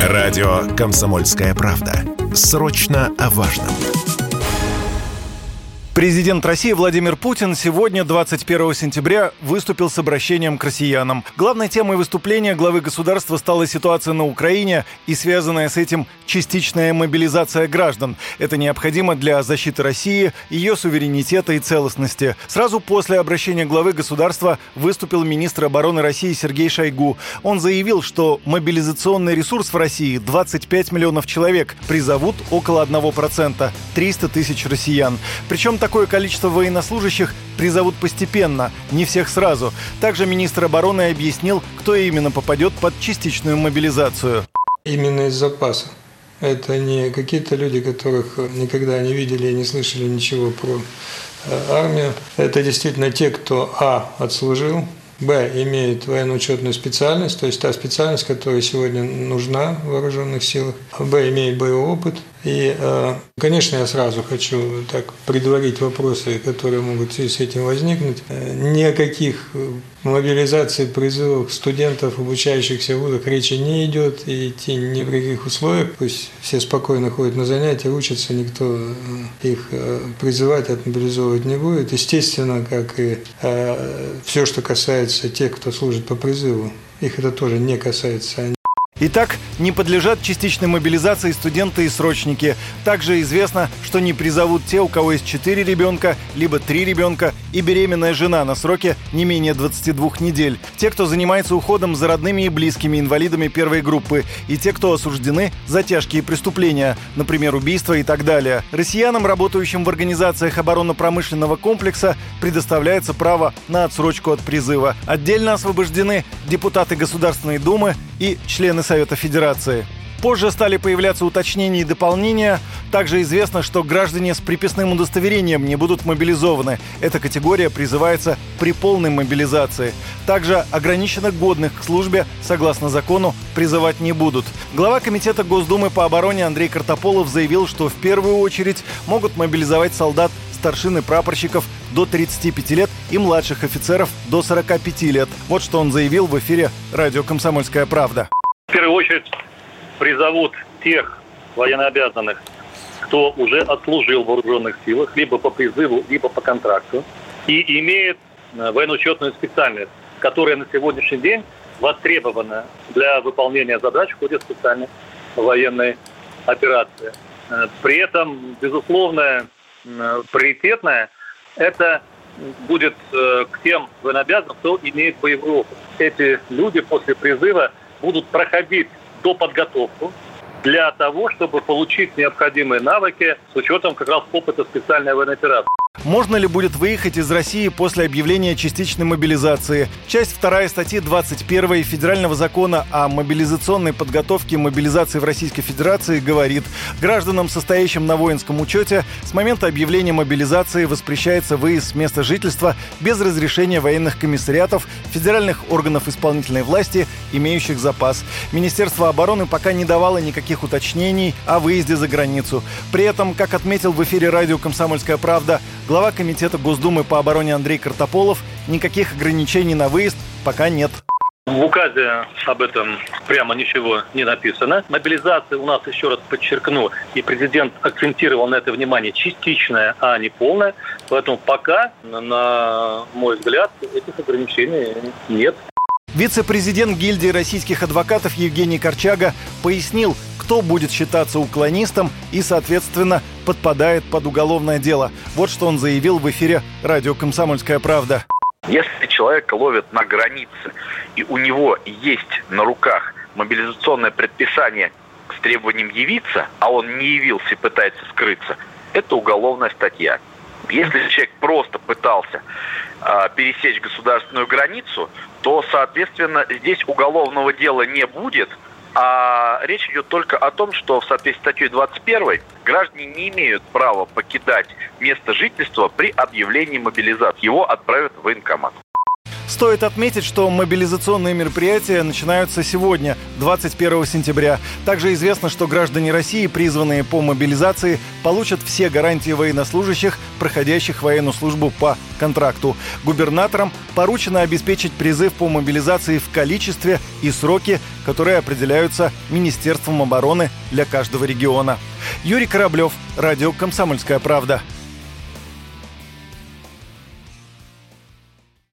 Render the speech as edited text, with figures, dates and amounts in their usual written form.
Радио «Комсомольская правда». Срочно о важном. Президент России Владимир Путин сегодня, 21 сентября, выступил с обращением к россиянам. Главной темой выступления главы государства стала ситуация на Украине и связанная с этим частичная мобилизация граждан. Это необходимо для защиты России, ее суверенитета и целостности. Сразу после обращения главы государства выступил министр обороны России Сергей Шойгу. Он заявил, что мобилизационный ресурс в России 25 миллионов человек, призовут около 1%, 300 тысяч россиян. Причем такое количество военнослужащих призовут постепенно, не всех сразу. Также министр обороны объяснил, кто именно попадет под частичную мобилизацию. Именно из запаса. Это не какие-то люди, которых никогда не видели и не слышали ничего про армию. Это действительно те, кто отслужил, имеет военно-учетную специальность, то есть та специальность, которая сегодня нужна в вооруженных силах, имеет боевой опыт. И, конечно, я сразу хочу так предварить вопросы, которые могут в связи с этим возникнуть. Ни о каких мобилизации, призывах студентов, обучающихся в вузах, речи не идет, и идти ни при каких условиях. Пусть все спокойно ходят на занятия, учатся, никто их призывать, отмобилизовывать не будет. Естественно, как и все, что касается тех, кто служит по призыву, их это тоже не касается. Итак, не подлежат частичной мобилизации студенты и срочники. Также известно, что не призовут те, у кого есть 4 ребенка, либо 3 ребенка и беременная жена на сроке не менее 22 недель. Те, кто занимается уходом за родными и близкими инвалидами первой группы. И те, кто осуждены за тяжкие преступления, например, убийства и так далее. Россиянам, работающим в организациях оборонно-промышленного комплекса, предоставляется право на отсрочку от призыва. Отдельно освобождены депутаты Государственной Думы и члены Совета Федерации. Позже стали появляться уточнения и дополнения. Также известно, что граждане с приписным удостоверением не будут мобилизованы. Эта категория призывается при полной мобилизации. Также ограниченно годных к службе, согласно закону, призывать не будут. Глава Комитета Госдумы по обороне Андрей Картополов заявил, что в первую очередь могут мобилизовать солдат, старшин и прапорщиков до 35 лет и младших офицеров до 45 лет. Вот что он заявил в эфире радио «Комсомольская правда». В первую очередь призовут тех военнообязанных, кто уже отслужил в вооруженных силах, либо по призыву, либо по контракту, и имеет военно-учетную специальность, которая на сегодняшний день востребована для выполнения задач в ходе специальной военной операции. При этом, безусловно, приоритетное это будет к тем военнообязанным, кто имеет боевой опыт. Эти люди после призыва будут проходить доподготовку для того, чтобы получить необходимые навыки с учетом как раз опыта специальной военной операции. Можно ли будет выехать из России после объявления частичной мобилизации? Часть 2 статьи 21 Федерального закона о мобилизационной подготовке и мобилизации в Российской Федерации говорит: гражданам, состоящим на воинском учете, с момента объявления мобилизации воспрещается выезд с места жительства без разрешения военных комиссариатов, федеральных органов исполнительной власти, имеющих запас. Министерство обороны пока не давало никаких уточнений о выезде за границу. При этом, как отметил в эфире радио «Комсомольская правда» глава Комитета Госдумы по обороне Андрей Картополов, никаких ограничений на выезд пока нет. В указе об этом прямо ничего не написано. Мобилизация у нас, еще раз подчеркну, и президент акцентировал на это внимание, частичная, а не полная. Поэтому пока, на мой взгляд, этих ограничений нет. Вице-президент гильдии российских адвокатов Евгений Корчага пояснил, кто будет считаться уклонистом и, соответственно, подпадает под уголовное дело. Вот что он заявил в эфире радио «Комсомольская правда». Если человека ловят на границе, и у него есть на руках мобилизационное предписание с требованием явиться, а он не явился и пытается скрыться, это уголовная статья. Если человек просто пытался пересечь государственную границу, то, соответственно, здесь уголовного дела не будет, а речь идет только о том, что в соответствии с статьей 21 граждане не имеют права покидать место жительства при объявлении мобилизации. Его отправят в военкомат. Стоит отметить, что мобилизационные мероприятия начинаются сегодня, 21 сентября. Также известно, что граждане России, призванные по мобилизации, получат все гарантии военнослужащих, проходящих военную службу по контракту. Губернаторам поручено обеспечить призыв по мобилизации в количестве и сроки, которые определяются Министерством обороны для каждого региона. Юрий Кораблев, радио «Комсомольская правда».